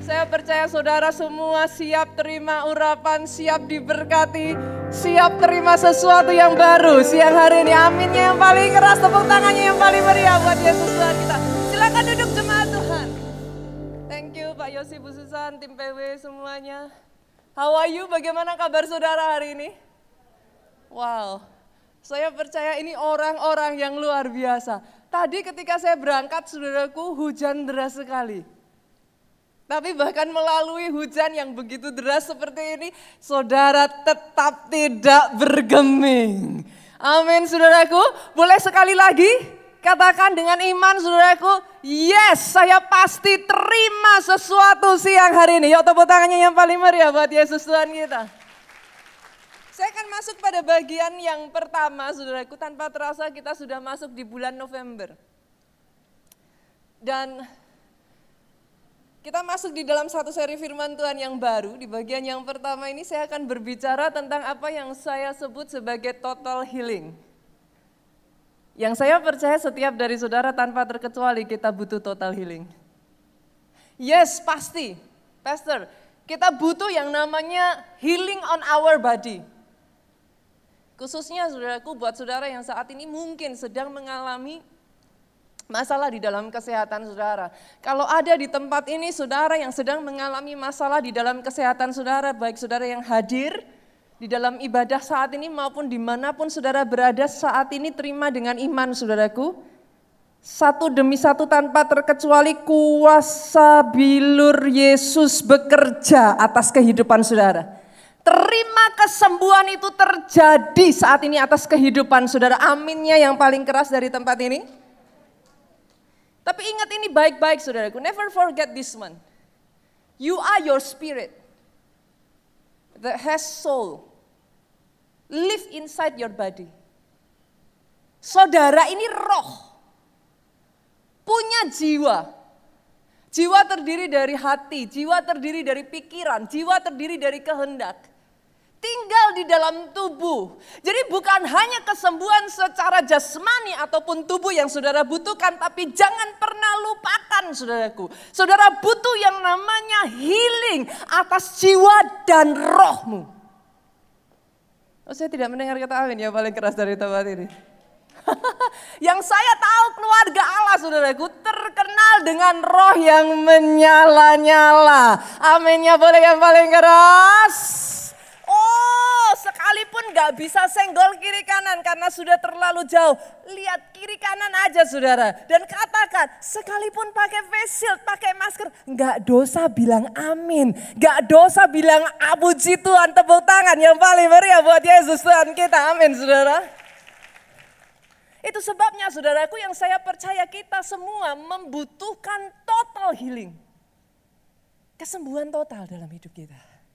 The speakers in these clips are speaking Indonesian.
Saya percaya saudara semua siap terima urapan, siap diberkati, siap terima sesuatu yang baru siang hari ini. Aminnya yang paling keras, tepuk tangannya yang paling meriah buat Yesus Tuhan kita. Silakan duduk jemaat Tuhan. Thank you Pak Yosi, Bu Susan, tim PW semuanya. How are you? Bagaimana kabar saudara hari ini? Wow, saya percaya ini orang-orang yang luar biasa. Tadi ketika saya berangkat saudaraku hujan deras sekali. Tapi bahkan melalui hujan yang begitu deras seperti ini, saudara tetap tidak bergeming. Amin saudaraku, boleh sekali lagi katakan dengan iman saudaraku, yes saya pasti terima sesuatu siang hari ini. Yuk tepuk tangannya yang paling meriah buat Yesus Tuhan kita. Saya akan masuk pada bagian yang pertama saudaraku, tanpa terasa kita sudah masuk di bulan November. Dan kita masuk di dalam satu seri firman Tuhan yang baru. Di bagian yang pertama ini saya akan berbicara tentang apa yang saya sebut sebagai total healing. Yang saya percaya setiap dari saudara tanpa terkecuali kita butuh total healing. Yes, pasti. Pastor, kita butuh yang namanya healing on our body. Khususnya saudaraku buat saudara yang saat ini mungkin sedang mengalami masalah di dalam kesehatan saudara. Kalau ada di tempat ini saudara yang sedang mengalami masalah di dalam kesehatan saudara, baik saudara yang hadir di dalam ibadah saat ini maupun dimanapun saudara berada saat ini, terima dengan iman saudaraku. Satu demi satu tanpa terkecuali kuasa bilur Yesus bekerja atas kehidupan saudara. Terima kesembuhan itu terjadi saat ini atas kehidupan saudara. Aminnya yang paling keras dari tempat ini. Tapi ingat ini baik-baik saudaraku, never forget this one. You are your spirit that has soul, live inside your body. Saudara ini roh, punya jiwa. Jiwa terdiri dari hati, jiwa terdiri dari pikiran, jiwa terdiri dari kehendak. Tinggal di dalam tubuh. Jadi bukan hanya kesembuhan secara jasmani ataupun tubuh yang saudara butuhkan, tapi jangan pernah lupakan saudaraku. Saudara butuh yang namanya healing atas jiwa dan rohmu. Oh, saya tidak mendengar kata amin ya paling keras dari tempat ini. Yang saya tahu keluarga Allah saudaraku terkenal dengan roh yang menyala-nyala. Aminnya boleh yang paling keras. Oh, sekalipun gak bisa senggol kiri kanan karena sudah terlalu jauh. Lihat kiri kanan aja saudara. Dan katakan, sekalipun pakai face shield, pakai masker. Gak dosa bilang amin. Gak dosa bilang puji Tuhan, tepuk tangan yang paling meriah buat Yesus Tuhan kita. Amin saudara. Itu sebabnya saudaraku yang saya percaya kita semua membutuhkan total healing. Kesembuhan total dalam hidup kita.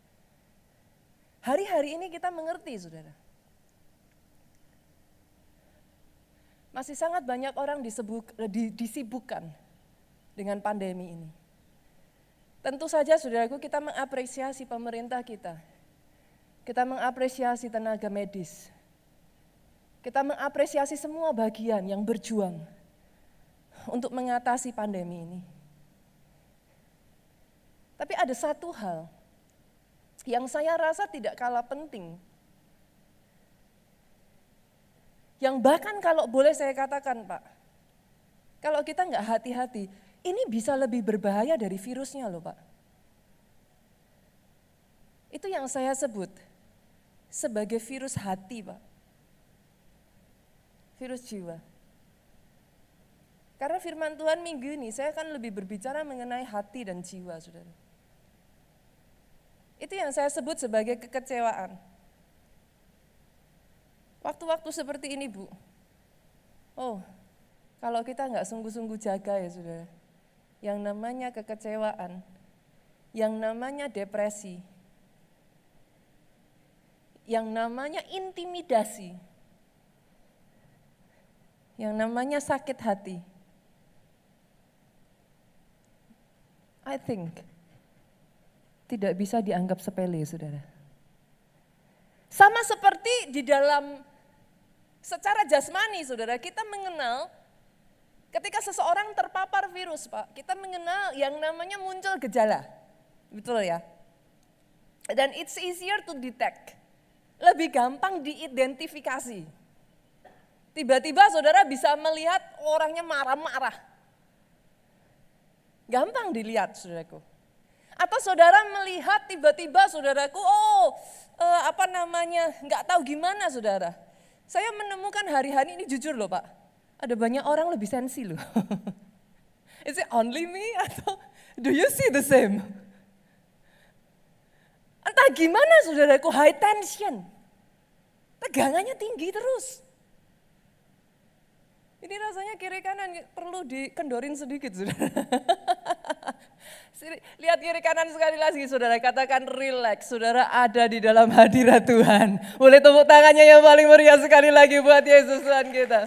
Hari-hari ini kita mengerti saudara. Masih sangat banyak orang disibukkan dengan pandemi ini. Tentu saja saudaraku kita mengapresiasi pemerintah kita. Kita mengapresiasi tenaga medis. Kita mengapresiasi semua bagian yang berjuang untuk mengatasi pandemi ini. Tapi ada satu hal yang saya rasa tidak kalah penting. Yang bahkan kalau boleh saya katakan Pak, kalau kita nggak hati-hati, ini bisa lebih berbahaya dari virusnya loh Pak. Itu yang saya sebut sebagai virus hati Pak. Virus jiwa. Karena firman Tuhan minggu ini saya akan lebih berbicara mengenai hati dan jiwa saudara. Itu yang saya sebut sebagai kekecewaan. Waktu-waktu seperti ini Bu, oh kalau kita nggak sungguh-sungguh jaga ya saudara, yang namanya kekecewaan, yang namanya depresi, yang namanya intimidasi, yang namanya sakit hati, I think tidak bisa dianggap sepele, saudara. Sama seperti di dalam secara jasmani, saudara, kita mengenal ketika seseorang terpapar virus, Pak, kita mengenal yang namanya muncul gejala. Betul ya? Dan it's easier to detect. Lebih gampang diidentifikasi. Tiba-tiba saudara bisa melihat orangnya marah-marah. Gampang dilihat saudaraku. Atau saudara melihat tiba-tiba saudaraku, nggak tahu gimana saudara. Saya menemukan hari-hari ini jujur loh Pak, ada banyak orang lebih sensi loh. Is it only me atau do you see the same? Entah gimana saudaraku, high tension. Tegangannya tinggi terus. Ini rasanya kiri kanan perlu dikendorin sedikit saudara. Lihat kiri kanan sekali lagi saudara, katakan relax, saudara ada di dalam hadirat Tuhan. Boleh tepuk tangannya yang paling meriah sekali lagi buat Yesus Tuhan kita.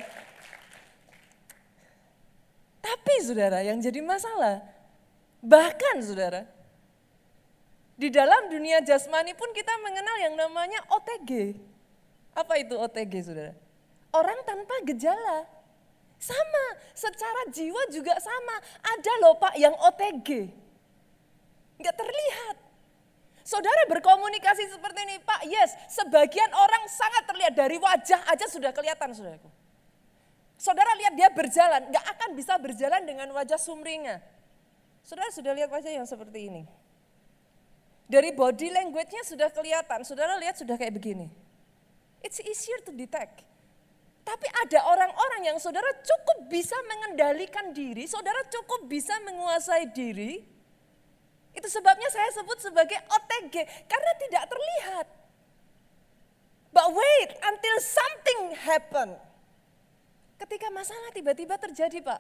Tapi saudara yang jadi masalah, bahkan saudara, di dalam dunia jasmani pun kita mengenal yang namanya OTG. Apa itu OTG saudara? Orang tanpa gejala. Sama, secara jiwa juga sama. Ada loh Pak yang OTG. Enggak terlihat. Saudara berkomunikasi seperti ini, Pak, yes, sebagian orang sangat terlihat dari wajah aja sudah kelihatan, saudaraku. Saudara lihat dia berjalan, enggak akan bisa berjalan dengan wajah sumringah. Saudara sudah lihat wajah yang seperti ini. Dari body language-nya sudah kelihatan, saudara lihat sudah kayak begini. It's easier to detect. Tapi ada orang-orang yang saudara cukup bisa mengendalikan diri, saudara cukup bisa menguasai diri. Itu sebabnya saya sebut sebagai OTG, karena tidak terlihat. But wait until something happen. Ketika masalah tiba-tiba terjadi Pak.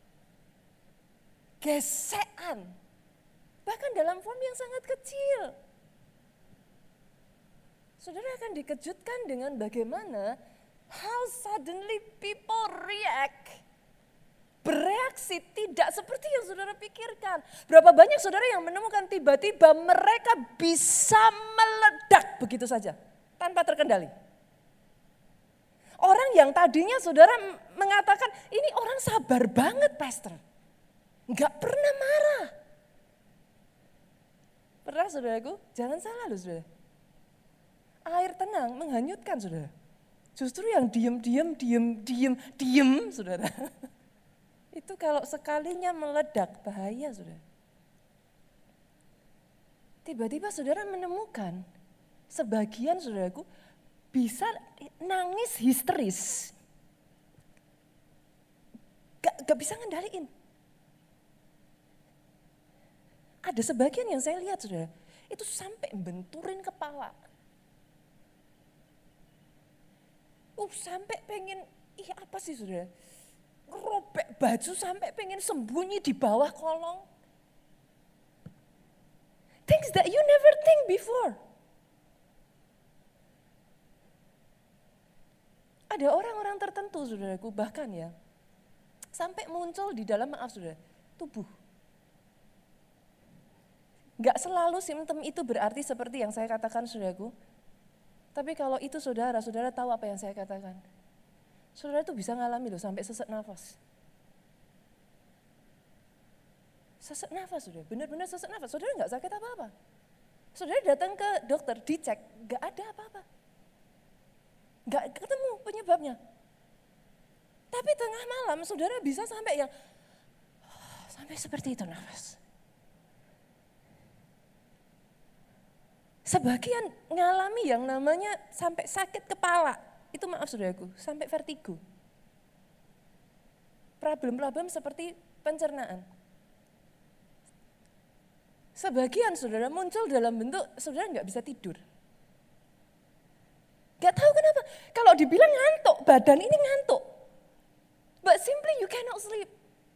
Gesekan. Bahkan dalam form yang sangat kecil. Saudara akan dikejutkan dengan bagaimana how suddenly people react. Bereaksi tidak seperti yang saudara pikirkan. Berapa banyak saudara yang menemukan tiba-tiba mereka bisa meledak begitu saja. Tanpa terkendali. Orang yang tadinya saudara mengatakan ini orang sabar banget pastor. Enggak pernah marah. Pernah saudaraku? Jangan salah loh saudara. Air tenang menghanyutkan saudara. Justru yang diem saudara. Itu kalau sekalinya meledak bahaya saudara. Tiba-tiba saudara menemukan sebagian saudaraku bisa nangis histeris. Gak bisa ngendaliin. Ada sebagian yang saya lihat saudara, itu sampai benturin kepala. Sampai pengen, apa sih saudara? Robek baju sampai pengen sembunyi di bawah kolong. Things that you never think before. Ada orang-orang tertentu saudaraku bahkan ya, sampai muncul di dalam tubuh. Gak selalu simptom itu berarti seperti yang saya katakan saudaraku. Tapi kalau itu saudara tahu apa yang saya katakan. Saudara tuh bisa ngalami loh sampai sesak nafas. Sesak nafas saudara, benar-benar sesak nafas. Saudara gak sakit apa-apa. Saudara datang ke dokter, dicek, gak ada apa-apa. Gak ketemu penyebabnya. Tapi tengah malam saudara bisa sampai yang, sampai seperti itu nafas. Sebagian ngalami yang namanya sampai sakit kepala. Itu maaf saudaraku, sampai vertigo. Problem-problem seperti pencernaan. Sebagian saudara muncul dalam bentuk saudara nggak bisa tidur. Gak tahu kenapa, kalau dibilang ngantuk, badan ini ngantuk. But simply you cannot sleep.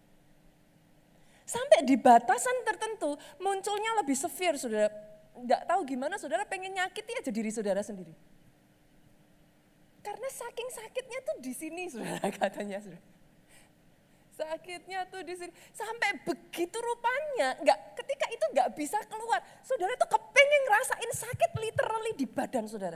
Sampai di batasan tertentu munculnya lebih severe saudara. Nggak tahu gimana saudara pengen nyakiti aja diri saudara sendiri. Karena saking sakitnya tuh di sini saudara katanya saudara. Sakitnya tuh di sini sampai begitu rupanya ketika itu nggak bisa keluar. Saudara tuh kepengen ngerasain sakit literally di badan saudara.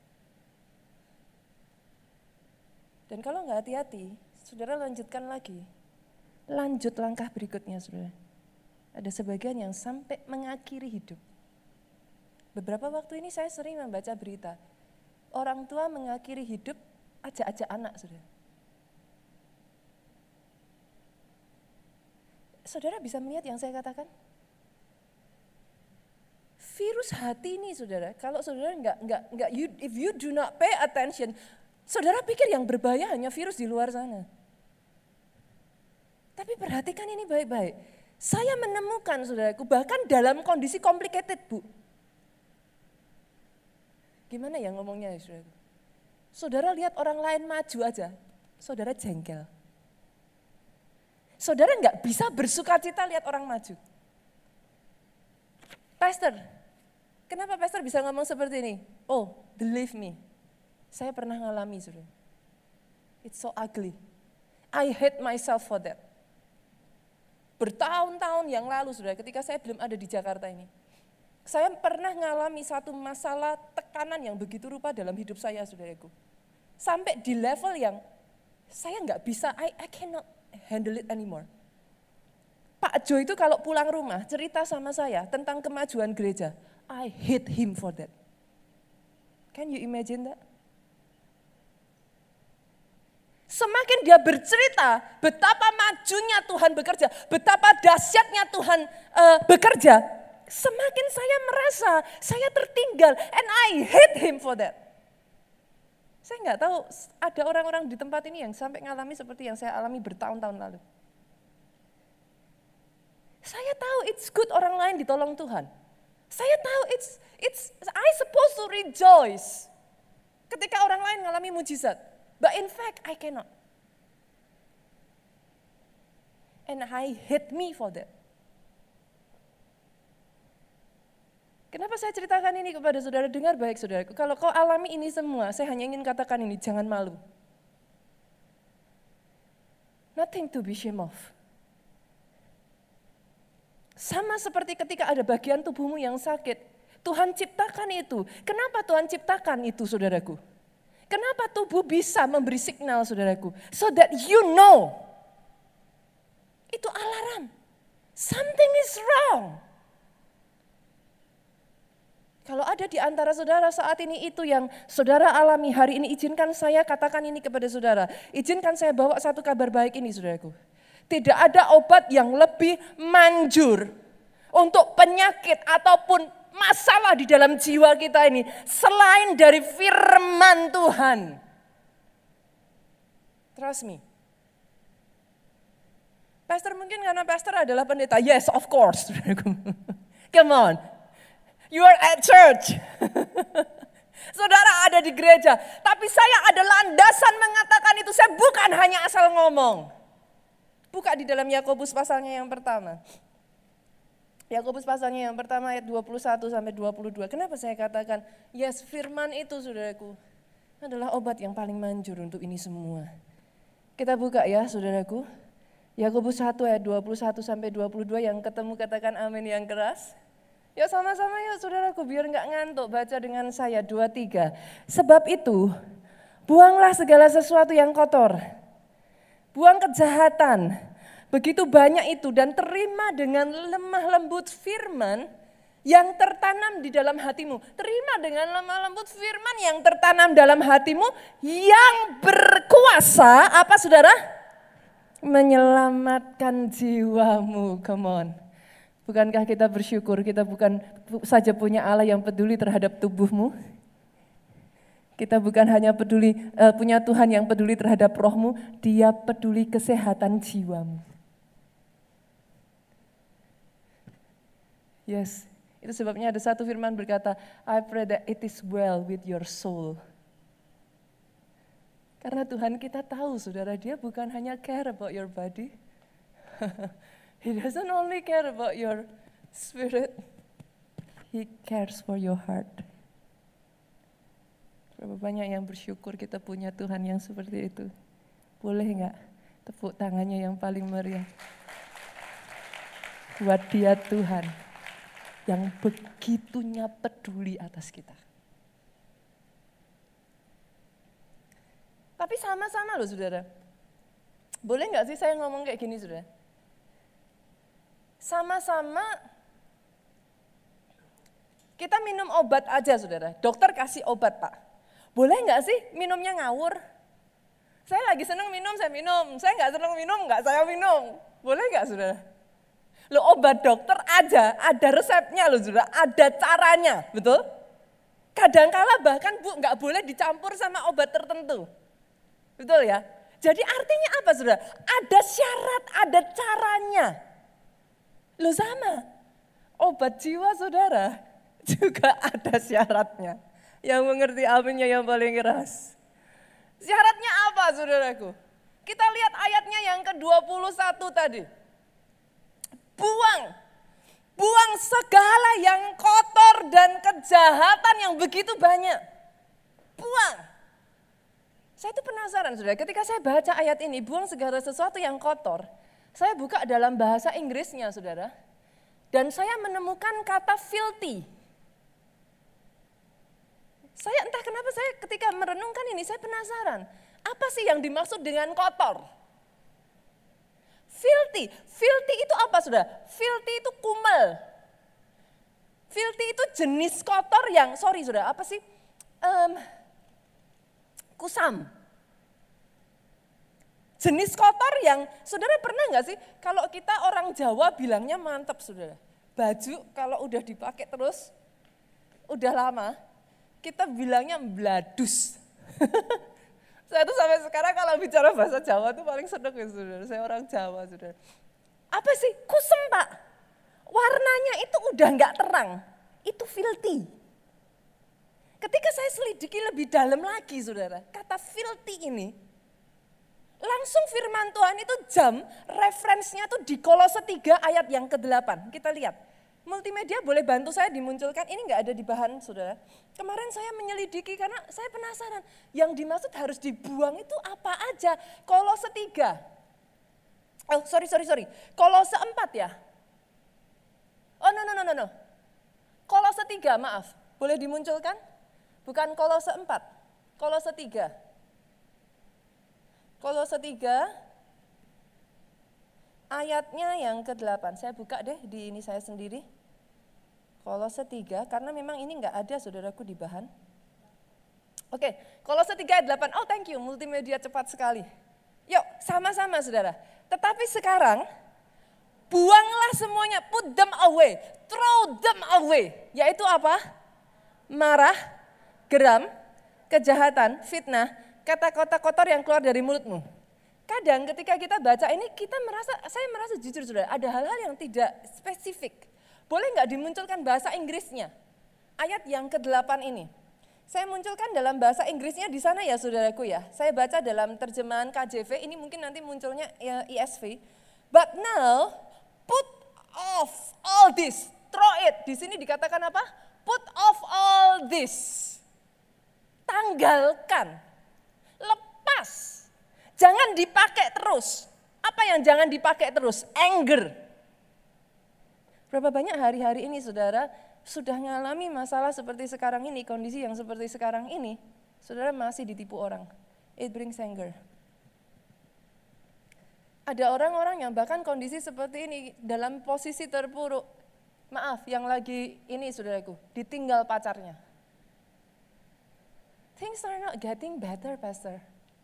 Dan kalau nggak hati-hati, saudara lanjutkan lagi. Lanjut langkah berikutnya saudara. Ada sebagian yang sampai mengakhiri hidup. Beberapa waktu ini saya sering membaca berita. Orang tua mengakhiri hidup ajak-ajak anak, saudara. Saudara bisa melihat yang saya katakan? Virus hati ini, saudara, kalau saudara if you do not pay attention, saudara pikir yang berbahaya hanya virus di luar sana. Tapi perhatikan ini baik-baik. Saya menemukan, saudaraku, bahkan dalam kondisi complicated, Bu. Gimana ya ngomongnya, saudaraku? Saudara lihat orang lain maju aja, saudara jengkel. Saudara nggak bisa bersuka cita lihat orang maju. Pastor, kenapa pastor bisa ngomong seperti ini? Oh, believe me, saya pernah ngalami, saudara. It's so ugly. I hate myself for that. Bertahun-tahun yang lalu, saudara, ketika saya belum ada di Jakarta ini, saya pernah ngalami satu masalah tekanan yang begitu rupa dalam hidup saya, saudaraku. Sampai di level yang saya nggak bisa, I cannot handle it anymore. Pak Jo itu kalau pulang rumah cerita sama saya tentang kemajuan gereja. I hate him for that. Can you imagine that? Semakin dia bercerita betapa majunya Tuhan bekerja, betapa dahsyatnya Tuhan bekerja, semakin saya merasa saya tertinggal and I hate him for that. Saya nggak tahu ada orang-orang di tempat ini yang sampai ngalami seperti yang saya alami bertahun-tahun lalu. Saya tahu it's good orang lain ditolong Tuhan. Saya tahu I supposed to rejoice ketika orang lain ngalami mujizat. But in fact I cannot. And I hate me for that. Kenapa saya ceritakan ini kepada saudara? Dengar baik, saudaraku. Kalau kau alami ini semua, saya hanya ingin katakan ini, jangan malu. Nothing to be ashamed of. Sama seperti ketika ada bagian tubuhmu yang sakit, Tuhan ciptakan itu. Kenapa Tuhan ciptakan itu, saudaraku? Kenapa tubuh bisa memberi signal, saudaraku? So that you know. Itu alarm. Something is wrong. Kalau ada di antara saudara saat ini itu yang saudara alami hari ini, izinkan saya katakan ini kepada saudara. Izinkan saya bawa satu kabar baik ini, saudaraku. Tidak ada obat yang lebih manjur untuk penyakit ataupun masalah di dalam jiwa kita ini selain dari firman Tuhan. Trust me. Pastor mungkin karena pastor adalah pendeta. Yes, of course. Come on. You are at church. Saudara ada di gereja. Tapi saya ada landasan mengatakan itu. Saya bukan hanya asal ngomong. Buka di dalam Yakobus pasalnya yang pertama. Yakobus pasalnya yang pertama ayat 21 sampai 22. Kenapa saya katakan, yes, firman itu, saudaraku, adalah obat yang paling manjur untuk ini semua. Kita buka ya, saudaraku. Yakobus 1 ayat 21 sampai 22, yang ketemu katakan amin yang keras. Yuk sama-sama yuk, saudaraku, biar enggak ngantuk, baca dengan saya 2-3. Sebab itu, buanglah segala sesuatu yang kotor. Buang kejahatan, begitu banyak itu, dan terima dengan lemah lembut firman yang tertanam di dalam hatimu. Terima dengan lemah lembut firman yang tertanam dalam hatimu, yang berkuasa, apa saudara? Menyelamatkan jiwamu, come on. Bukankah kita bersyukur kita bukan saja punya Allah yang peduli terhadap tubuhmu? Kita bukan hanya peduli punya Tuhan yang peduli terhadap rohmu, Dia peduli kesehatan jiwamu. Yes, itu sebabnya ada satu firman berkata, I pray that it is well with your soul. Karena Tuhan kita tahu, saudara, Dia bukan hanya care about your body. He doesn't only care about your spirit, He cares for your heart. Berapa banyak yang bersyukur kita punya Tuhan yang seperti itu. Boleh enggak tepuk tangannya yang paling meriah. Buat Dia Tuhan yang begitunya peduli atas kita. Tapi sama-sama loh, saudara. Boleh enggak sih saya ngomong kayak gini, saudara? Sama-sama kita minum obat aja saudara. Dokter kasih obat Pak. Boleh nggak sih minumnya ngawur? Saya lagi seneng minum, saya minum. Saya nggak seneng minum, nggak saya minum. Boleh nggak saudara? Loh obat dokter aja, ada resepnya loh saudara, ada caranya, betul? Kadangkala bahkan Bu nggak boleh dicampur sama obat tertentu. Betul ya? Jadi artinya apa saudara? Ada syarat, ada caranya. Loh sama, obat jiwa saudara juga ada syaratnya. Yang mengerti aminnya yang paling keras. Syaratnya apa saudaraku? Kita lihat ayatnya yang ke-21 tadi. Buang segala yang kotor dan kejahatan yang begitu banyak. Buang. Saya itu penasaran saudara, ketika saya baca ayat ini, buang segala sesuatu yang kotor. Saya buka dalam bahasa Inggrisnya saudara. Dan saya menemukan kata filthy. Saya entah kenapa saya ketika merenungkan ini, saya penasaran. Apa sih yang dimaksud dengan kotor? Filthy. Filthy itu apa saudara? Filthy itu kumel. Filthy itu jenis kotor yang, sorry saudara, apa sih? Kusam. Jenis kotor yang, saudara pernah gak sih? Kalau kita orang Jawa bilangnya mantep saudara. Baju kalau udah dipakai terus, udah lama, kita bilangnya bladus. Saya tuh sampai sekarang kalau bicara bahasa Jawa tuh paling seneng ya saudara. Saya orang Jawa saudara. Apa sih? Kusem Pak. Warnanya itu udah gak terang. Itu filthy. Ketika saya selidiki lebih dalam lagi saudara. Kata filthy ini. Langsung firman Tuhan itu referensinya tuh di Kolose 3 ayat yang ke-8. Kita lihat. Multimedia boleh bantu saya dimunculkan, ini enggak ada di bahan saudara. Kemarin saya menyelidiki karena saya penasaran. Yang dimaksud harus dibuang itu apa aja. Kolose 3. Oh sorry. Kolose 4 ya. Oh no. Kolose 3 maaf. Boleh dimunculkan? Bukan Kolose 4. Kolose 3. Kolose 3 ayatnya yang ke-8. Saya buka deh di ini saya sendiri. Kolose 3, karena memang ini enggak ada saudaraku di bahan. Oke, Kolose 3 ayat 8. Oh thank you, multimedia cepat sekali. Yuk sama-sama saudara. Tetapi sekarang buanglah semuanya, put them away, throw them away. Yaitu apa? Marah, geram, kejahatan, fitnah, kata-kata kotor yang keluar dari mulutmu. Kadang ketika kita baca ini saya merasa jujur saudara, ada hal-hal yang tidak spesifik. Boleh nggak dimunculkan bahasa Inggrisnya? Ayat yang ke-8 ini. Saya munculkan dalam bahasa Inggrisnya di sana ya saudaraku ya. Saya baca dalam terjemahan KJV, ini mungkin nanti munculnya ya, ESV. But now, put off all this, throw it. Di sini dikatakan apa? Put off all this. Tanggalkan, lepas. Jangan dipakai terus. Apa yang jangan dipakai terus? Anger. Berapa banyak hari-hari ini saudara sudah mengalami masalah seperti sekarang ini, kondisi yang seperti sekarang ini, saudara masih ditipu orang. It brings anger. Ada orang-orang yang bahkan kondisi seperti ini dalam posisi terpuruk. Maaf, yang lagi ini saudaraku, ditinggal pacarnya. Things are not getting better, Pastor.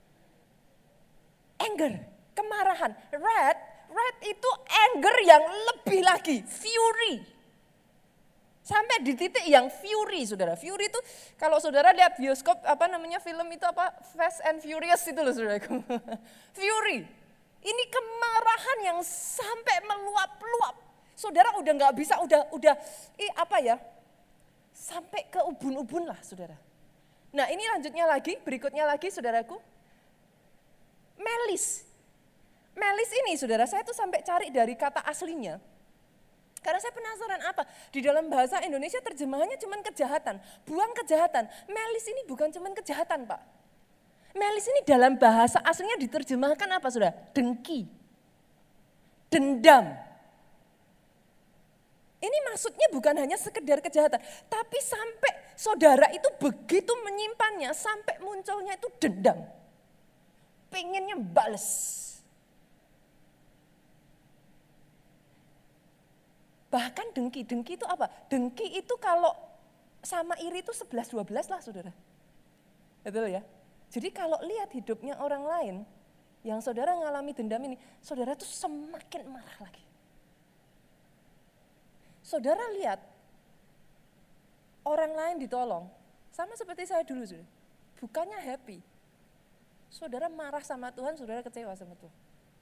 Anger, kemarahan, red itu anger yang lebih lagi, fury. Sampai di titik yang fury saudara. Fury itu kalau saudara lihat bioskop film itu apa? Fast and Furious itu loh saudaraku. Fury. Ini kemarahan yang sampai meluap-luap. Saudara udah nggak bisa, sampai ke ubun-ubun lah saudara. Nah ini berikutnya lagi saudaraku. Melis. Melis ini saudara, saya tuh sampai cari dari kata aslinya. Karena saya penasaran apa? Di dalam bahasa Indonesia terjemahannya cuma kejahatan. Buang kejahatan. Melis ini bukan cuma kejahatan Pak. Melis ini dalam bahasa aslinya diterjemahkan apa saudara? Dengki. Dendam. Ini maksudnya bukan hanya sekedar kejahatan. Tapi sampai saudara itu begitu menyimpannya sampai munculnya itu dendam. Pengennya bales. Bahkan dengki itu apa? Dengki itu kalau sama iri itu 11-12 lah saudara. Betul ya? Jadi kalau lihat hidupnya orang lain, yang saudara ngalami dendam ini, saudara tuh semakin marah lagi. Saudara lihat, orang lain ditolong, sama seperti saya dulu saudara. Bukannya happy, saudara marah sama Tuhan, saudara kecewa sama Tuhan.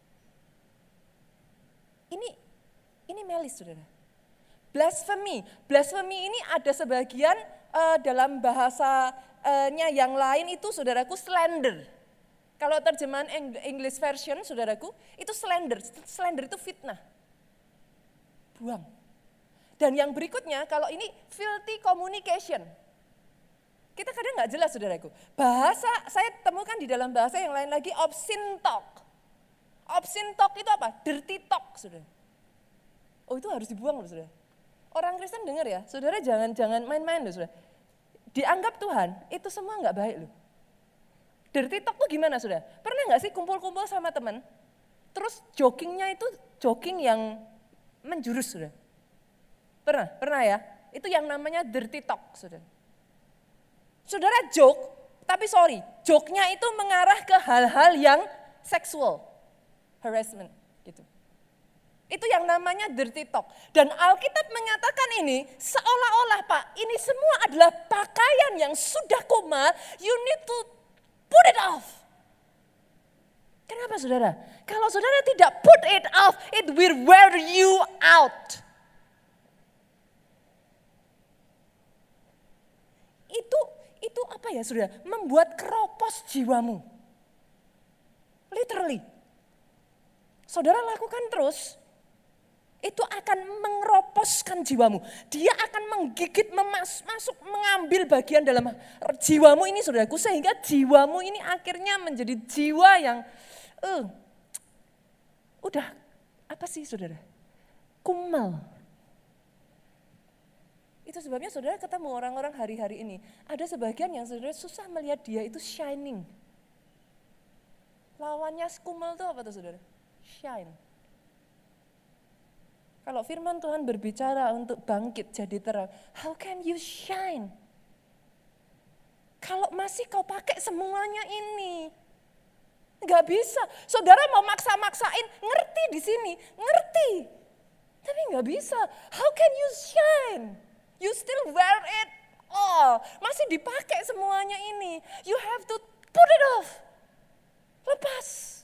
Ini melis saudara. Blasphemy ini ada sebagian dalam bahasanya yang lain itu saudaraku slander. Kalau terjemahan English version saudaraku itu slander. Slander itu fitnah. Buang. Dan yang berikutnya kalau ini filthy communication. Kita kadang nggak jelas saudaraku. Bahasa saya temukan di dalam bahasa yang lain lagi obscene talk. Obscene talk itu apa? Dirty talk saudara. Oh itu harus dibuang loh saudara. Orang Kristen dengar ya, saudara jangan main-main loh saudara. Dianggap Tuhan, itu semua nggak baik loh. Dirty talk tuh gimana saudara? Pernah nggak sih kumpul-kumpul sama teman, terus joggingnya itu jogging yang menjurus saudara? Pernah ya? Itu yang namanya dirty talk saudara. Saudara joke, tapi sorry, joke-nya itu mengarah ke hal-hal yang seksual, harassment gitu. Itu yang namanya dirty talk. Dan Alkitab menyatakan ini seolah-olah Pak, ini semua adalah pakaian yang sudah kumal, you need to put it off. Kenapa saudara? Kalau saudara tidak put it off, it will wear you out. Itu apa ya saudara? Membuat keropos jiwamu. Literally. Saudara lakukan terus, itu akan mengeroposkan jiwamu. Dia akan menggigit, masuk, mengambil bagian dalam jiwamu ini saudaraku. Sehingga jiwamu ini akhirnya menjadi jiwa yang, udah apa sih saudara? Kumal. Itu sebabnya saudara ketemu orang-orang hari-hari ini. Ada sebagian yang saudara susah melihat dia itu shining. Lawannya kumal itu apa tuh saudara? Shine. Kalau firman Tuhan berbicara untuk bangkit jadi terang, how can you shine? Kalau masih kau pakai semuanya ini, nggak bisa. Saudara mau maksa-maksain, ngerti di sini, ngerti, tapi nggak bisa. How can you shine? You still wear it all, masih dipakai semuanya ini. You have to put it off, lepas.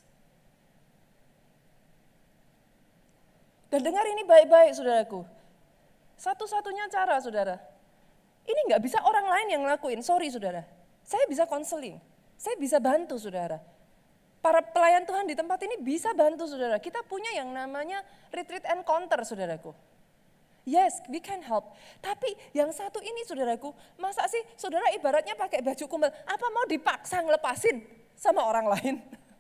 Dan dengar ini baik-baik saudaraku. Satu-satunya cara saudara. Ini gak bisa orang lain yang ngelakuin, sorry saudara. Saya bisa konseling, saya bisa bantu saudara. Para pelayan Tuhan di tempat ini bisa bantu saudara. Kita punya yang namanya retreat encounter saudaraku. Yes, we can help. Tapi yang satu ini saudaraku, masa sih saudara ibaratnya pakai baju kumbal, apa mau dipaksa ngelepasin sama orang lain?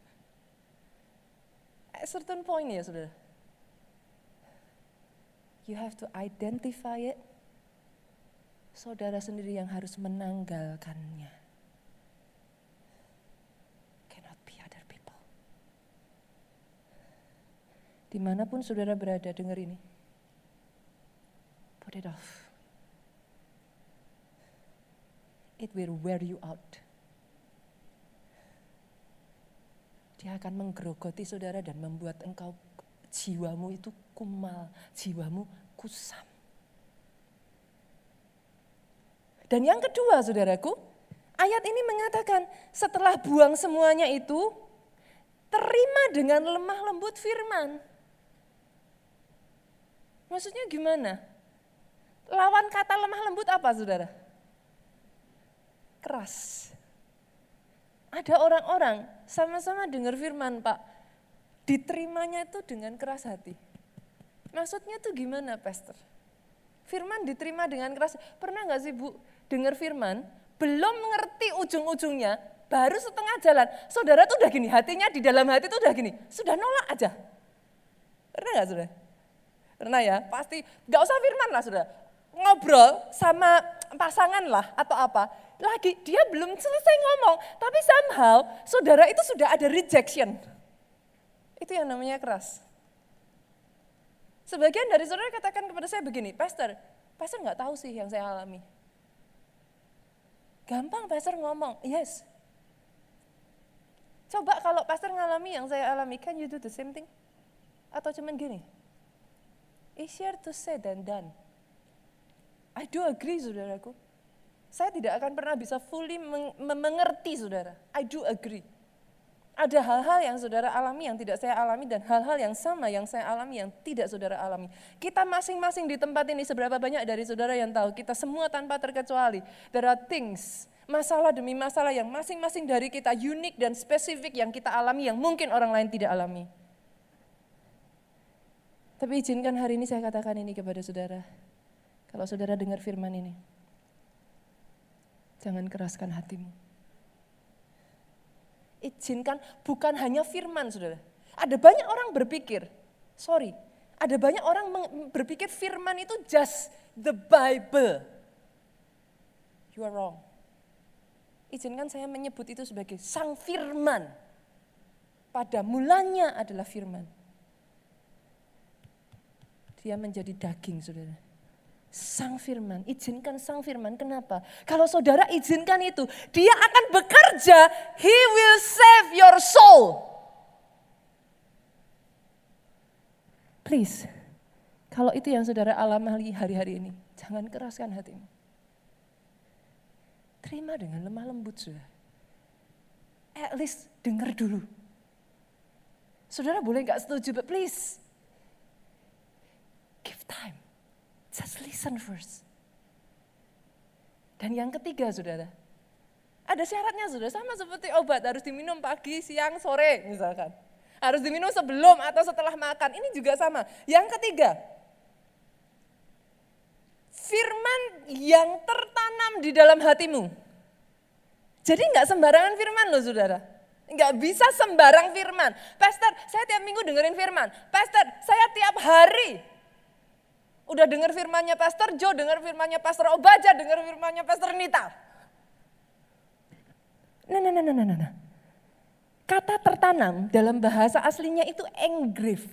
At certain point ya saudara. You have to identify it. Saudara sendiri yang harus menanggalkannya. Cannot be other people. Dimanapun saudara berada, dengar ini. Put it off. It will wear you out. Dia akan menggerogoti saudara dan membuat engkau jiwamu itu kumal, jiwamu kusam. Dan yang kedua saudaraku, ayat ini mengatakan setelah buang semuanya itu, terima dengan lemah lembut firman. Maksudnya gimana? Lawan kata lemah lembut apa saudara? Keras. Ada orang-orang sama-sama dengar firman Pak, diterimanya itu dengan keras hati. Maksudnya tuh gimana pastor? Firman diterima dengan keras. Pernah gak sih Bu dengar firman, belum mengerti ujung-ujungnya, baru setengah jalan. Saudara tuh udah gini, hatinya di dalam hati tuh udah gini, sudah nolak aja. Pernah gak saudara? Pernah ya? Pasti gak usah firman lah saudara. Ngobrol sama pasangan lah atau apa. Lagi dia belum selesai ngomong, tapi somehow saudara itu sudah ada rejection. Itu yang namanya keras. Sebagian dari saudara katakan kepada saya begini, Pastor nggak tahu sih yang saya alami. Gampang Pastor ngomong, yes. Coba kalau Pastor ngalami yang saya alami, can you do the same thing? Atau cuman gini, easier to say than done. I do agree saudaraku. Saya tidak akan pernah bisa fully mengerti saudara. I do agree. Ada hal-hal yang saudara alami yang tidak saya alami dan hal-hal yang sama yang saya alami yang tidak saudara alami. Kita masing-masing di tempat ini seberapa banyak dari saudara yang tahu kita semua tanpa terkecuali. There are things, masalah demi masalah yang masing-masing dari kita unik dan spesifik yang kita alami yang mungkin orang lain tidak alami. Tapi izinkan hari ini saya katakan ini kepada saudara. Kalau saudara dengar firman ini, jangan keraskan hatimu. Izinkan bukan hanya firman saudara. Ada banyak orang berpikir, ada banyak orang berpikir firman itu just the Bible. You are wrong. Izinkan saya menyebut itu sebagai sang firman. Pada mulanya adalah firman. Dia menjadi daging saudara. Sang firman, izinkan sang firman, kenapa? Kalau saudara izinkan itu, dia akan bekerja, he will save your soul. Please, kalau itu yang saudara alami hari-hari ini, jangan keraskan hatimu. Terima dengan lemah lembut saudara. At least dengar dulu. Saudara boleh gak setuju, but please, give time. Just listen first. Dan yang ketiga saudara, ada syaratnya saudara, sama seperti obat harus diminum pagi, siang, sore misalkan. Harus diminum sebelum atau setelah makan, ini juga sama. Yang ketiga, firman yang tertanam di dalam hatimu. Jadi enggak sembarangan firman loh saudara. Enggak bisa sembarang firman. Pastor, saya tiap minggu dengerin firman. Pastor, saya tiap hari udah dengar firmannya Pastor Joe, dengar firmannya Pastor Obaja, dengar firmannya Pastor Nita. Nah. Kata tertanam dalam bahasa aslinya itu engrave.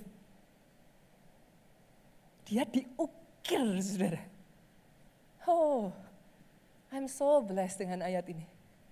Dia diukir saudara. Oh, I'm so blessed dengan ayat ini.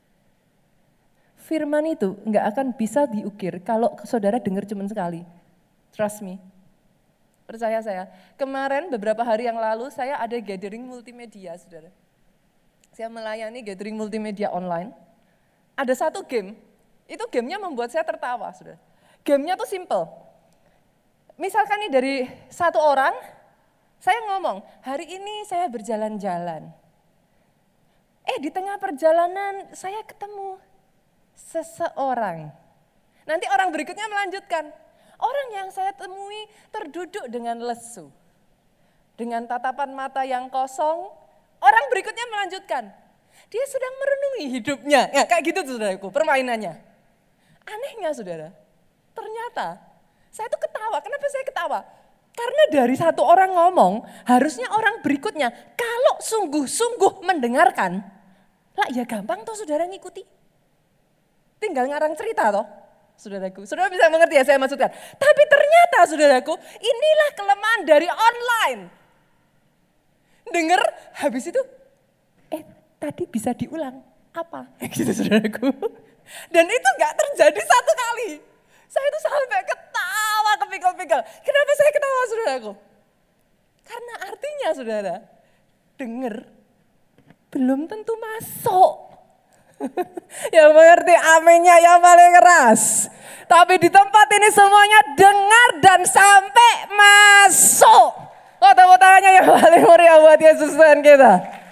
Firman itu enggak akan bisa diukir kalau saudara dengar cuma sekali. Trust me. Percaya saya, kemarin beberapa hari yang lalu saya ada gathering multimedia, saudara. Saya melayani gathering multimedia online. Ada satu game, itu gamenya membuat saya tertawa, saudara. Gamenya tuh simple. Misalkan nih dari satu orang, saya ngomong, hari ini saya berjalan-jalan. Di tengah perjalanan saya ketemu seseorang. Nanti orang berikutnya melanjutkan. Orang yang saya temui terduduk dengan lesu. Dengan tatapan mata yang kosong, orang berikutnya melanjutkan. Dia sedang merenungi hidupnya. Ya, kayak gitu saudaraku permainannya. Anehnya saudara, ternyata saya tuh ketawa. Kenapa saya ketawa? Karena dari satu orang ngomong, harusnya orang berikutnya kalau sungguh-sungguh mendengarkan, lah ya gampang tuh saudara ngikuti. Tinggal ngarang cerita toh. Saudaraku, saudara bisa mengerti ya saya maksudkan. Tapi ternyata saudaraku, inilah kelemahan dari online. Dengar, habis itu, tadi bisa diulang. Apa? Gitu saudaraku. Dan itu gak terjadi satu kali. Saya itu sampai ketawa kepikal-pikal. Kenapa saya ketawa saudaraku? Karena artinya saudara, dengar, belum tentu masuk. Yang mengerti aminnya yang paling keras. Tapi di tempat ini semuanya dengar dan sampai masuk. Oh, tepuk tangannya yang paling meriah buat Yesus Tuhan kita.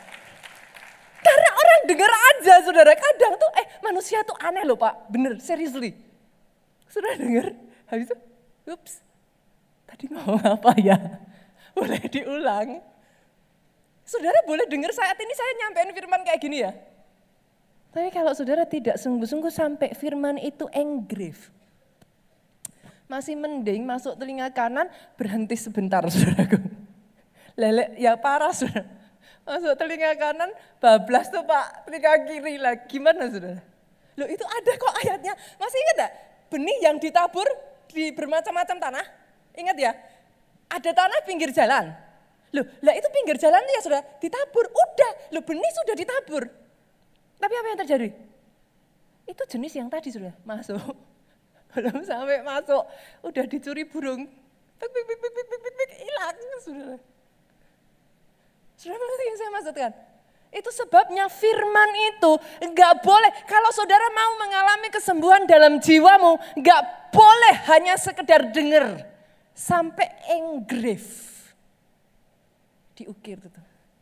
Karena orang dengar aja saudara. Kadang tuh manusia tuh aneh loh Pak. Bener, seriously. Saudara dengar, habis itu, ups. Tadi ngomong apa ya? Boleh diulang. Saudara boleh dengar saat ini saya nyampein firman kayak gini ya. Tapi kalau saudara tidak sungguh-sungguh sampai firman itu engrave. Masih mending masuk telinga kanan, berhenti sebentar saudaraku. Lele, ya parah saudara. Masuk telinga kanan, bablas tuh Pak, telinga kiri lah. Gimana saudara? Loh itu ada kok ayatnya. Masih ingat gak? Benih yang ditabur di bermacam-macam tanah. Ingat ya? Ada tanah pinggir jalan. Loh, lah itu pinggir jalan ya sudah ditabur. Udah, loh benih sudah ditabur. Tapi apa yang terjadi? Itu jenis yang tadi sudah masuk. Belum sampai masuk, udah dicuri burung. Hilang sudah. Sudah mengerti yang saya maksudkan? Itu sebabnya firman itu enggak boleh. Kalau saudara mau mengalami kesembuhan dalam jiwamu, enggak boleh hanya sekedar dengar. Sampai engrave. Diukir itu.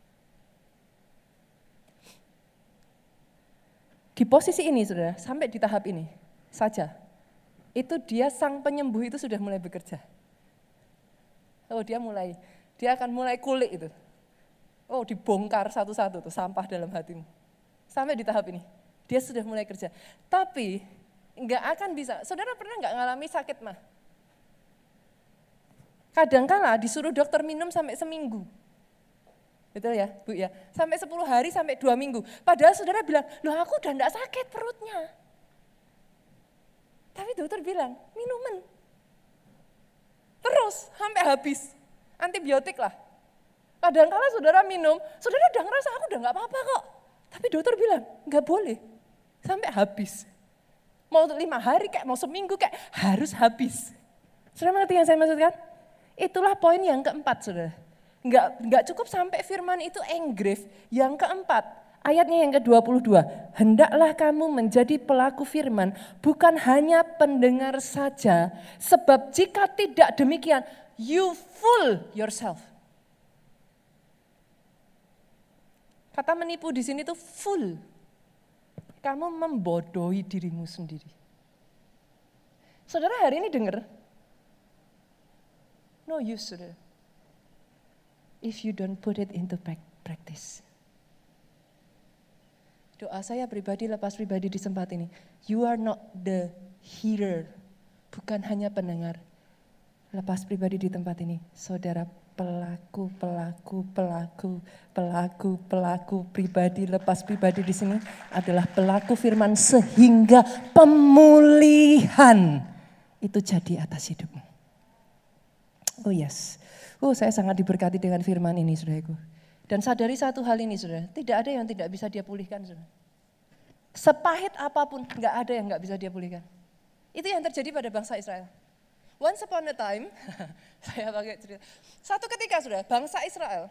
Di posisi ini saudara, sampai di tahap ini saja. Itu dia sang penyembuh itu sudah mulai bekerja. Oh dia akan mulai kulik itu. Oh dibongkar satu-satu tuh sampah dalam hatimu. Sampai di tahap ini, dia sudah mulai kerja. Tapi nggak akan bisa, saudara pernah nggak ngalami sakit mah? Kadangkala disuruh dokter minum sampai seminggu. Betul ya Bu ya, sampai 10 hari, sampai 2 minggu. Padahal saudara bilang, loh aku udah nggak sakit perutnya. Tapi dokter bilang, minuman. Terus sampai habis, antibiotik lah. Kadang-kala saudara minum, saudara udah ngerasa aku udah gak apa-apa kok. Tapi dokter bilang, gak boleh, sampai habis. Mau 5 hari kayak, mau seminggu kayak, harus habis. Saudara mengerti yang saya maksudkan? Itulah poin yang keempat saudara. Gak cukup sampai firman itu engrave. Yang keempat, ayatnya yang ke-22, hendaklah kamu menjadi pelaku firman, bukan hanya pendengar saja, sebab jika tidak demikian, you fool yourself. Kata menipu di sini tuh fool. Kamu membodohi dirimu sendiri. Saudara hari ini dengar, no use saudara, if you don't put it into practice. Doa saya pribadi, lepas pribadi di tempat ini. You are not the hearer. Bukan hanya pendengar. Lepas pribadi di tempat ini. Saudara pelaku pribadi, lepas pribadi di sini adalah pelaku firman sehingga pemulihan itu jadi atas hidupmu. Oh yes. Oh saya sangat diberkati dengan firman ini saudaraku. Dan sadari satu hal ini saudara, tidak ada yang tidak bisa dia pulihkan saudara. Sepahit apapun, gak ada yang gak bisa dia pulihkan. Itu yang terjadi pada bangsa Israel. Once upon a time, saya pakai cerita. Satu ketika saudara, bangsa Israel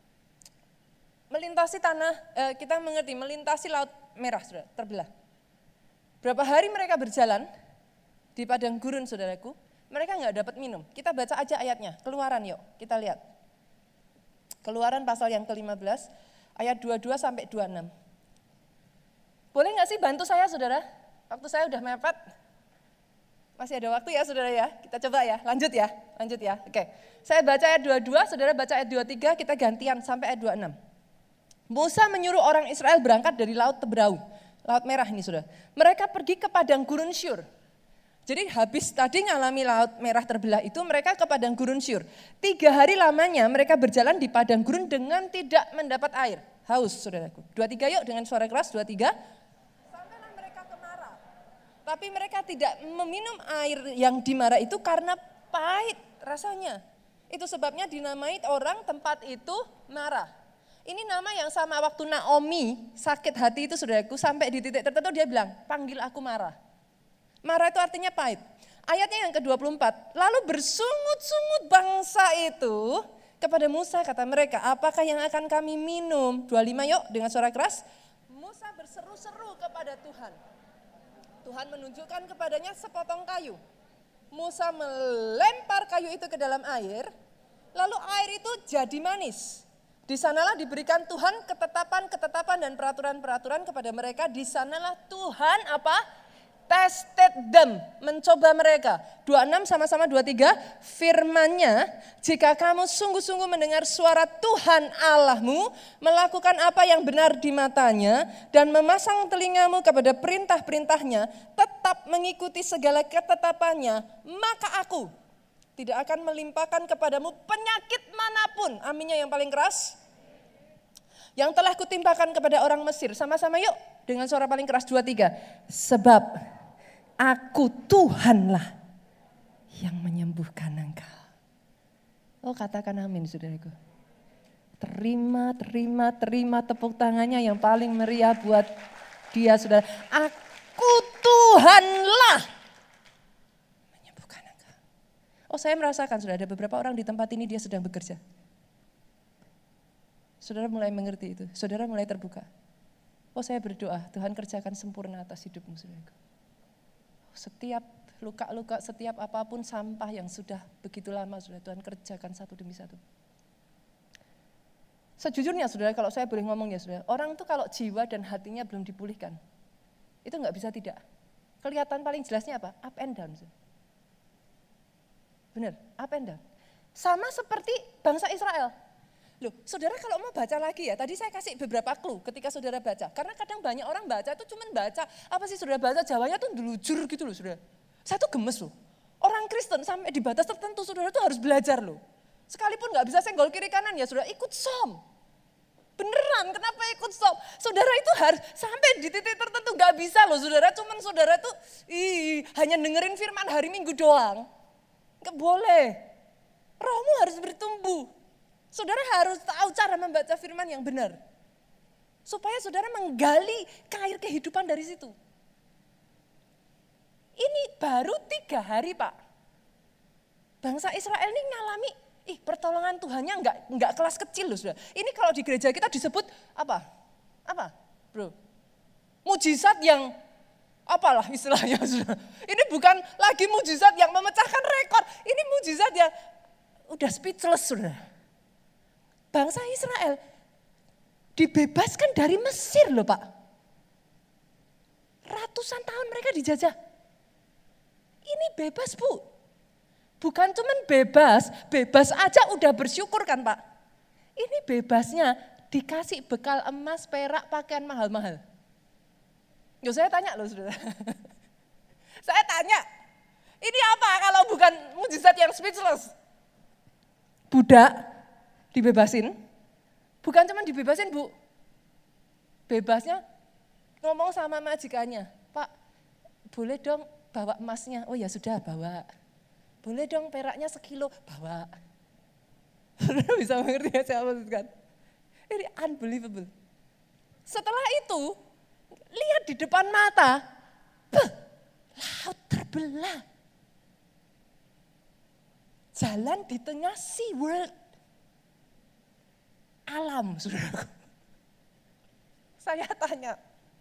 melintasi tanah, kita mengerti, melintasi Laut Merah saudara, terbelah. Berapa hari mereka berjalan di padang gurun saudaraku, mereka gak dapat minum. Kita baca aja ayatnya, Keluaran yuk, kita lihat. Keluaran pasal yang ke-15, ayat 22 sampai 26. Boleh gak sih bantu saya saudara? Waktu saya udah mepet. Masih ada waktu ya saudara ya? Kita coba ya, lanjut ya. Oke, saya baca ayat 22, saudara baca ayat 23, kita gantian sampai ayat 26. Musa menyuruh orang Israel berangkat dari Laut Teberau, Laut Merah ini saudara. Mereka pergi ke padang gurun Syur. Jadi habis tadi ngalami Laut Merah terbelah itu mereka ke padang gurun Syur. 3 hari lamanya mereka berjalan di padang gurun dengan tidak mendapat air. Haus saudaraku. 23 yuk dengan suara keras, 23. Sampailah mereka ke Mara. Tapi mereka tidak meminum air yang di Mara itu karena pahit rasanya. Itu sebabnya dinamai orang tempat itu Mara. Ini nama yang sama waktu Naomi sakit hati itu saudaraku, sampai di titik tertentu dia bilang, panggil aku Mara. Mara itu artinya pahit. Ayatnya yang ke-24, lalu bersungut-sungut bangsa itu kepada Musa, kata mereka, apakah yang akan kami minum? 25 yuk dengan suara keras. Musa berseru-seru kepada Tuhan. Tuhan menunjukkan kepadanya sepotong kayu. Musa melempar kayu itu ke dalam air, lalu air itu jadi manis. Di sanalah diberikan Tuhan ketetapan-ketetapan dan peraturan-peraturan kepada mereka. Di sanalah Tuhan apa? Tested them, mencoba mereka. 26 sama-sama 23, firman-Nya, jika kamu sungguh-sungguh mendengar suara Tuhan Allahmu, melakukan apa yang benar di matanya, dan memasang telingamu kepada perintah-perintahnya, tetap mengikuti segala ketetapannya, maka aku tidak akan melimpahkan kepadamu penyakit manapun. Aminnya yang paling keras. Yang telah kutimpakan kepada orang Mesir. Sama-sama yuk dengan suara paling keras 23. Sebab aku Tuhanlah yang menyembuhkan engkau. Oh, katakan amin, saudaraku. Terima tepuk tangannya yang paling meriah buat dia, saudara. Aku Tuhanlah menyembuhkan engkau. Oh, saya merasakan, saudara, ada beberapa orang di tempat ini dia sedang bekerja. Saudara mulai mengerti itu, saudara mulai terbuka. Oh, saya berdoa, Tuhan kerjakan sempurna atas hidupmu, saudaraku. Setiap luka-luka, setiap apapun sampah yang sudah begitu lama, saudara, Tuhan kerjakan satu demi satu. Sejujurnya, saudara, kalau saya boleh ngomong ya, saudara, orang tuh kalau jiwa dan hatinya belum dipulihkan, itu nggak bisa tidak. Kelihatan paling jelasnya apa? Up and down. Benar, up and down. Sama seperti bangsa Israel. Loh, saudara kalau mau baca lagi ya, tadi saya kasih beberapa clue ketika saudara baca. Karena kadang banyak orang baca itu cuma baca, apa sih saudara baca Jawanya tuh delujur gitu loh, saudara. Saya tuh gemes loh. Orang Kristen sampai di batas tertentu saudara tuh harus belajar loh. Sekalipun nggak bisa senggol kiri kanan ya saudara, ikut som. Beneran, kenapa ikut som? Saudara itu harus sampai di titik tertentu nggak bisa loh saudara. Cuman saudara tuh hanya dengerin firman hari Minggu doang. Nggak boleh. Rohmu harus bertumbuh. Saudara harus tahu cara membaca firman yang benar. Supaya saudara menggali air kehidupan dari situ. Ini baru 3 hari Pak. Bangsa Israel ini ngalami pertolongan Tuhannya enggak kelas kecil loh saudara. Ini kalau di gereja kita disebut apa? Apa bro? Mujizat yang apalah istilahnya saudara. Ini bukan lagi mujizat yang memecahkan rekor. Ini mujizat yang udah speechless saudara. Bangsa Israel dibebaskan dari Mesir loh Pak. Ratusan tahun mereka dijajah. Ini bebas Bu. Bukan cuman bebas aja udah bersyukur kan Pak. Ini bebasnya dikasih bekal emas, perak, pakaian mahal-mahal. Yo saya tanya loh saudara. Saya tanya, ini apa kalau bukan mujizat yang speechless? Budak dibebasin, bukan cuman dibebasin Bu. Bebasnya ngomong sama majikannya, Pak boleh dong bawa emasnya? Oh ya sudah bawa. Boleh dong peraknya 1 kilo, bawa. Bisa mengerti ya saya maksudkan? Ini unbelievable. Setelah itu, lihat di depan mata, laut terbelah. Jalan di tengah sea world. Alam, saudaraku. Saya tanya,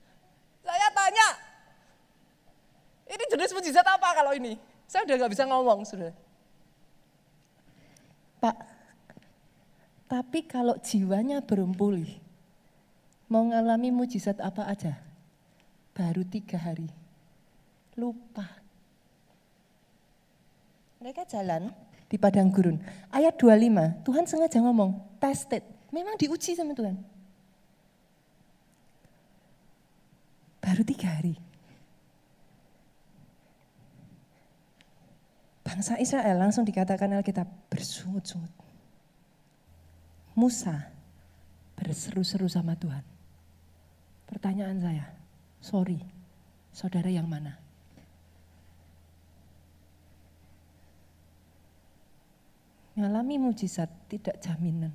ini jenis mujizat apa kalau ini? Saya udah gak bisa ngomong, saudara. Pak, tapi kalau jiwanya belum pulih, mau ngalami mujizat apa aja, baru 3 hari, lupa. Mereka jalan di padang gurun. Ayat 25, Tuhan sengaja ngomong, tested. Memang diuji sama Tuhan. Baru 3 hari. Bangsa Israel langsung dikatakan Alkitab bersungut-sungut. Musa berseru-seru sama Tuhan. Pertanyaan saya, sorry, saudara yang mana? Ngalami mujizat tidak jaminan.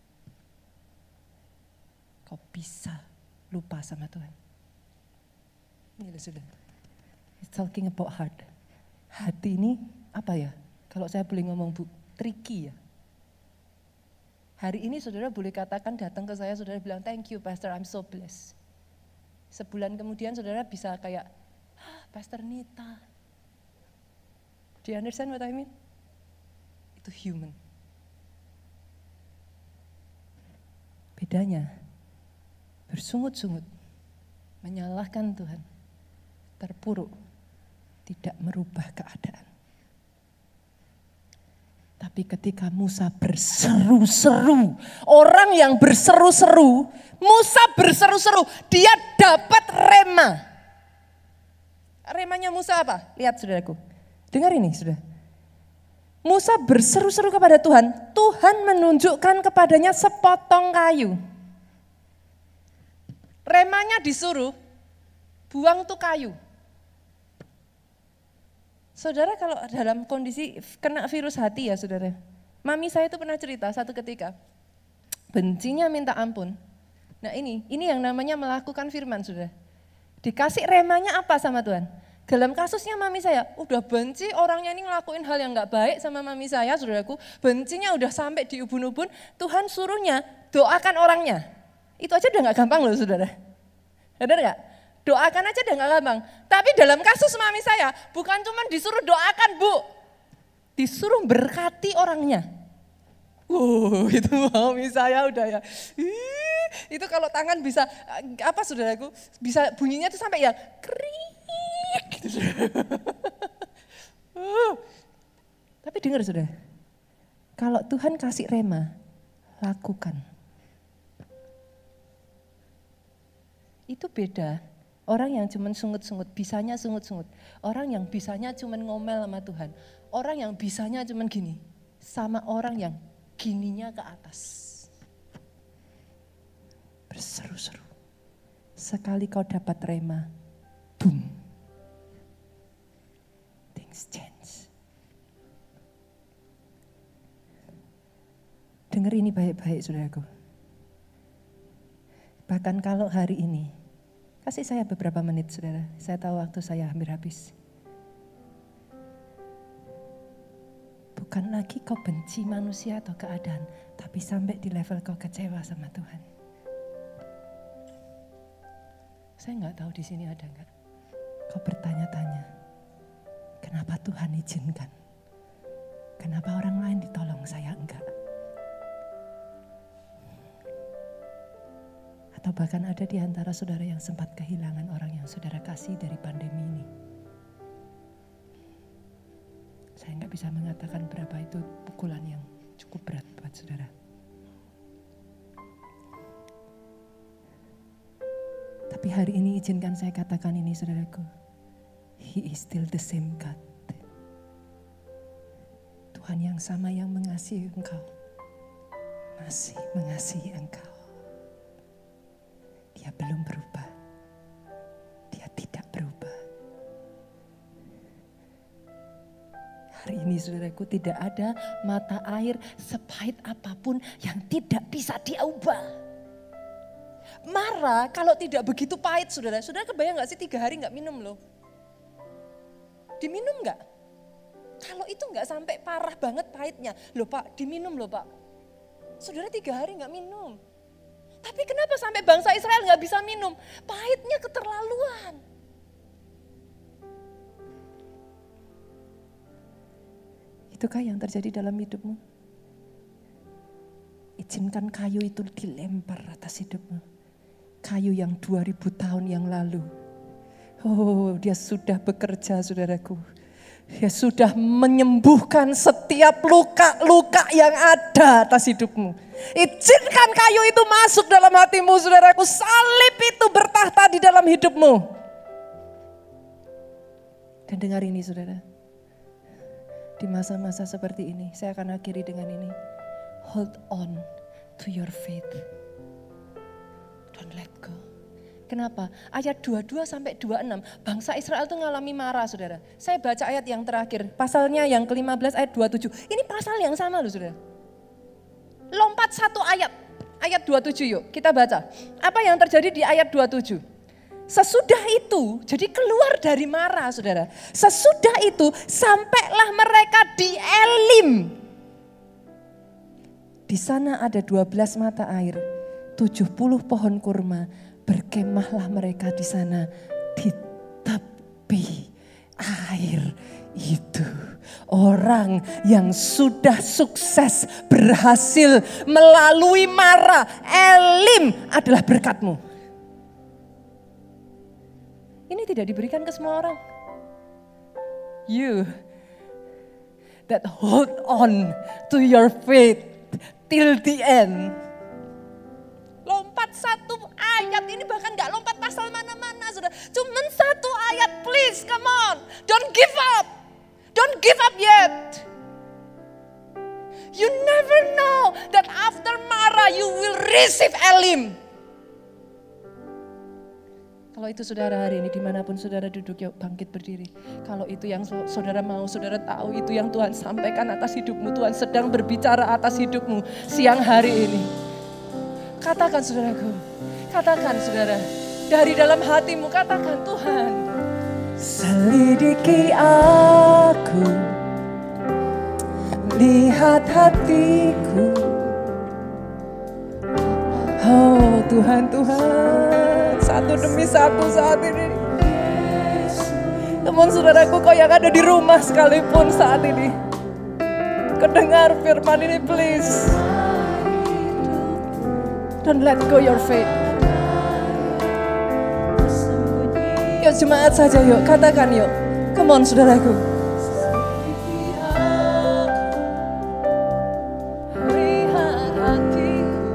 Kau bisa lupa sama Tuhan. Ini sudah. It's talking about heart. Hati ini apa ya? Kalau saya boleh ngomong Bu, tricky ya. Hari ini saudara boleh katakan datang ke saya, saudara bilang thank you Pastor, I'm so blessed. Sebulan kemudian saudara bisa kayak, Pastor Nita. Do you understand what I mean? Itu human. Bedanya, bersungut-sungut, menyalahkan Tuhan, terpuruk, tidak merubah keadaan. Tapi ketika Musa berseru-seru, orang yang berseru-seru, Musa berseru-seru, dia dapat rema. Remanya Musa apa? Lihat saudaraku, dengar ini saudara. Musa berseru-seru kepada Tuhan, Tuhan menunjukkan kepadanya sepotong kayu. Remanya disuruh, buang tuh kayu. Saudara kalau dalam kondisi kena virus hati ya saudara, Mami saya itu pernah cerita satu ketika, bencinya minta ampun. Nah ini yang namanya melakukan firman sudah. Dikasih remanya apa sama Tuhan? Dalam kasusnya mami saya, udah benci orangnya ini ngelakuin hal yang gak baik sama mami saya, saudaraku. Bencinya udah sampai di ubun-ubun, Tuhan suruhnya doakan orangnya. Itu aja udah gak gampang loh saudara. Benar gak? Doakan aja udah gak gampang. Tapi dalam kasus mami saya, bukan cuma disuruh doakan Bu, disuruh berkati orangnya. Itu mami saya udah ya. Itu kalau tangan bisa, apa saudaraku, bisa bunyinya tuh sampai ya kering. Gitu. Tapi dengar saudara, kalau Tuhan kasih rema, lakukan. Itu beda. Orang yang cuma sungut-sungut, bisanya sungut-sungut. Orang yang bisanya cuma ngomel sama Tuhan. Orang yang bisanya cuma gini, sama orang yang gininya ke atas. Berseru-seru. Sekali kau dapat rema, boom. Things change. Dengar ini baik-baik saudaraku. Bahkan kalau hari ini, kasih saya beberapa menit saudara, saya tahu waktu saya hampir habis. Bukan lagi kau benci manusia atau keadaan, tapi sampai di level kau kecewa sama Tuhan. Saya nggak tahu di sini ada nggak. Kau bertanya-tanya, kenapa Tuhan izinkan? Kenapa orang lain ditolong, saya enggak? Atau bahkan ada di antara saudara yang sempat kehilangan orang yang saudara kasih dari pandemi ini. Saya nggak bisa mengatakan berapa itu pukulan yang cukup berat buat saudara. Tapi hari ini izinkan saya katakan ini saudaraku. He is still the same God. Tuhan yang sama yang mengasihi engkau. Masih mengasihi engkau. Dia belum berubah. Dia tidak berubah. Hari ini saudaraku tidak ada mata air sepahit apapun yang tidak bisa dia ubah. Marah kalau tidak begitu pahit saudara. Saudara kebayang gak sih 3 hari gak minum loh? Diminum gak? Kalau itu gak sampai parah banget pahitnya. Loh Pak, diminum loh Pak. Saudara 3 hari gak minum. Tapi kenapa sampai bangsa Israel gak bisa minum? Pahitnya keterlaluan. Itukah yang terjadi dalam hidupmu? Izinkan kayu itu dilempar atas hidupmu. Kayu yang 2000 tahun yang lalu. Oh, dia sudah bekerja saudaraku. Dia sudah menyembuhkan setiap luka-luka yang ada atas hidupmu. Izinkan kayu itu masuk dalam hatimu saudaraku. Salib itu bertahta di dalam hidupmu. Dan dengar ini saudara. Di masa-masa seperti ini, saya akan akhiri dengan ini. Hold on to your faith. Don't let go. Kenapa? Ayat 22 sampai 26, bangsa Israel itu ngalami marah saudara. Saya baca ayat yang terakhir, pasalnya yang ke-15 ayat 27. Ini pasal yang sama loh saudara. Lompat satu ayat 27 yuk kita baca. Apa yang terjadi di ayat 27? Sesudah itu, jadi keluar dari marah saudara. Sesudah itu sampailah mereka di Elim. Di sana ada 12 mata air, 70 pohon kurma. Berkemahlah mereka di sana di tepi air itu. Orang yang sudah sukses berhasil melalui mara, Elim adalah berkatmu. Ini tidak diberikan ke semua orang. You that hold on to your faith till the end. Lompat satu ayat ini bahkan gak lompat pasal mana-mana sudah. Cuman satu ayat please come on. Don't give up. Don't give up yet. You never know that after Mara you will receive Elim. Kalau itu saudara hari ini dimanapun saudara duduk, yuk bangkit berdiri. Kalau itu yang saudara mau, saudara tahu itu yang Tuhan sampaikan atas hidupmu. Tuhan sedang berbicara atas hidupmu siang hari ini. Katakan saudaraku, katakan saudara. Dari dalam hatimu katakan, Tuhan, selidiki aku, lihat hatiku. Oh Tuhan, Tuhan, satu demi satu saat ini. Teman saudaraku kau yang ada di rumah sekalipun saat ini, kedengar firman ini, please. Don't let go your faith. Yuk jemaat saja, yuk katakan yuk. Come on saudaraku. Lihat hatiku,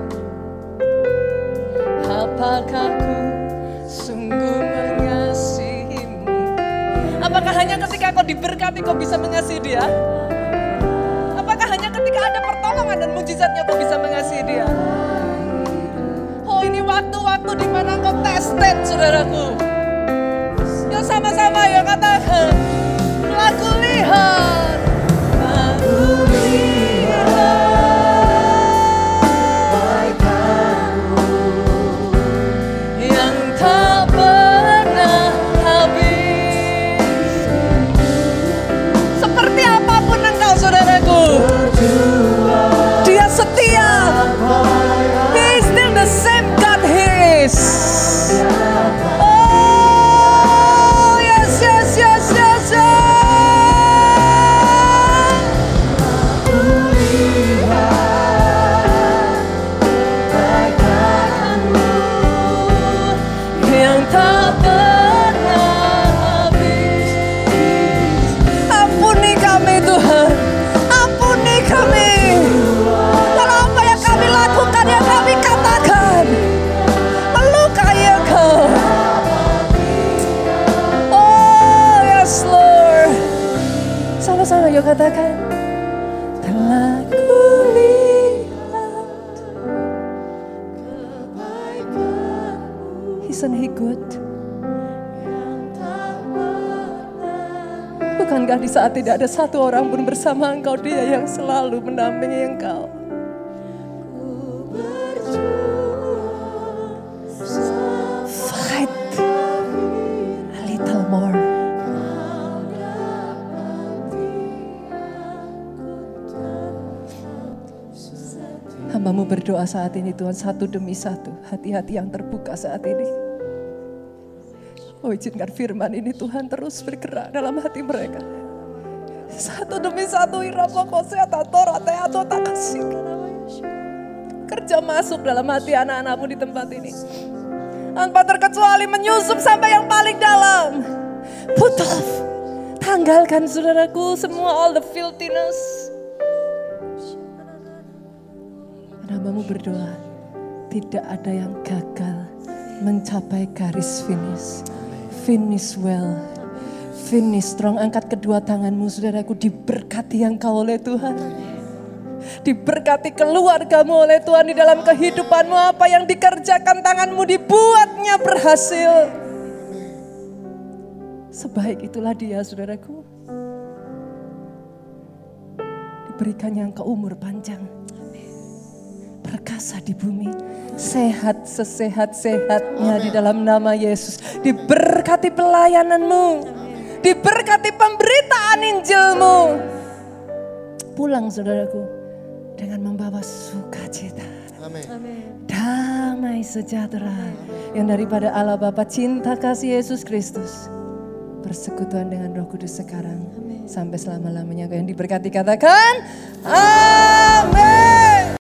apakah ku sungguh mengasihimu? Apakah hanya ketika kau diberkati kau bisa mengasihi dia? Apakah hanya ketika ada pertolongan dan mujizatnya kau bisa mengasihi dia? Oh ini waktu-waktu di mana kau tested saudaraku. Yuk sama-sama yuk katakan. Aku lihat. Aku lihat yang tak pernah habis. Seperti apapun engkau saudaraku, dia setia. He is still the same God he is. Oh yes, yes, yes, yes, yes. Yang tak pernah habis. Ampuni kami Tuhan, ampuni kami. Kalau apa yang kami lakukan, yang kami katakan melukai Engkau. Oh yes Lord. Sama-sama yuk katakan. Telah kulihat kebaikan-Mu. Isn't He good? Bukankah di saat tidak ada satu orang pun bersama Engkau, Dia yang selalu mendampingi Engkau. Fight a little more. Hamba-Mu berdoa saat ini Tuhan, satu demi satu, hati-hati yang terbuka saat ini. Oh izinkan firman ini Tuhan terus bergerak dalam hati mereka. Satu demi satu kerja masuk dalam hati anak-anak-Mu di tempat ini. Tanpa terkecuali menyusup sampai yang paling dalam. Put off. Tanggalkan saudaraku semua all the filthiness. Hamba-Mu berdoa, tidak ada yang gagal mencapai garis finish. Finish well, finish strong. Angkat kedua tanganmu saudaraku, diberkati Engkau oleh Tuhan. Diberkati keluargamu oleh Tuhan di dalam kehidupanmu. Apa yang dikerjakan tanganmu dibuatnya berhasil. Sebaik itulah dia saudaraku. Diberikannya Engkau umur panjang. Perkasa di bumi, sehat sesehat-sehatnya di dalam nama Yesus. Diberkati pelayananmu, diberkati pemberitaan Injilmu. Pulang saudaraku dengan membawa sukacita, damai sejahtera yang daripada Allah Bapa, cinta kasih Yesus Kristus, persekutuan dengan Roh Kudus sekarang sampai selama-lamanya. Yang diberkati katakan amin.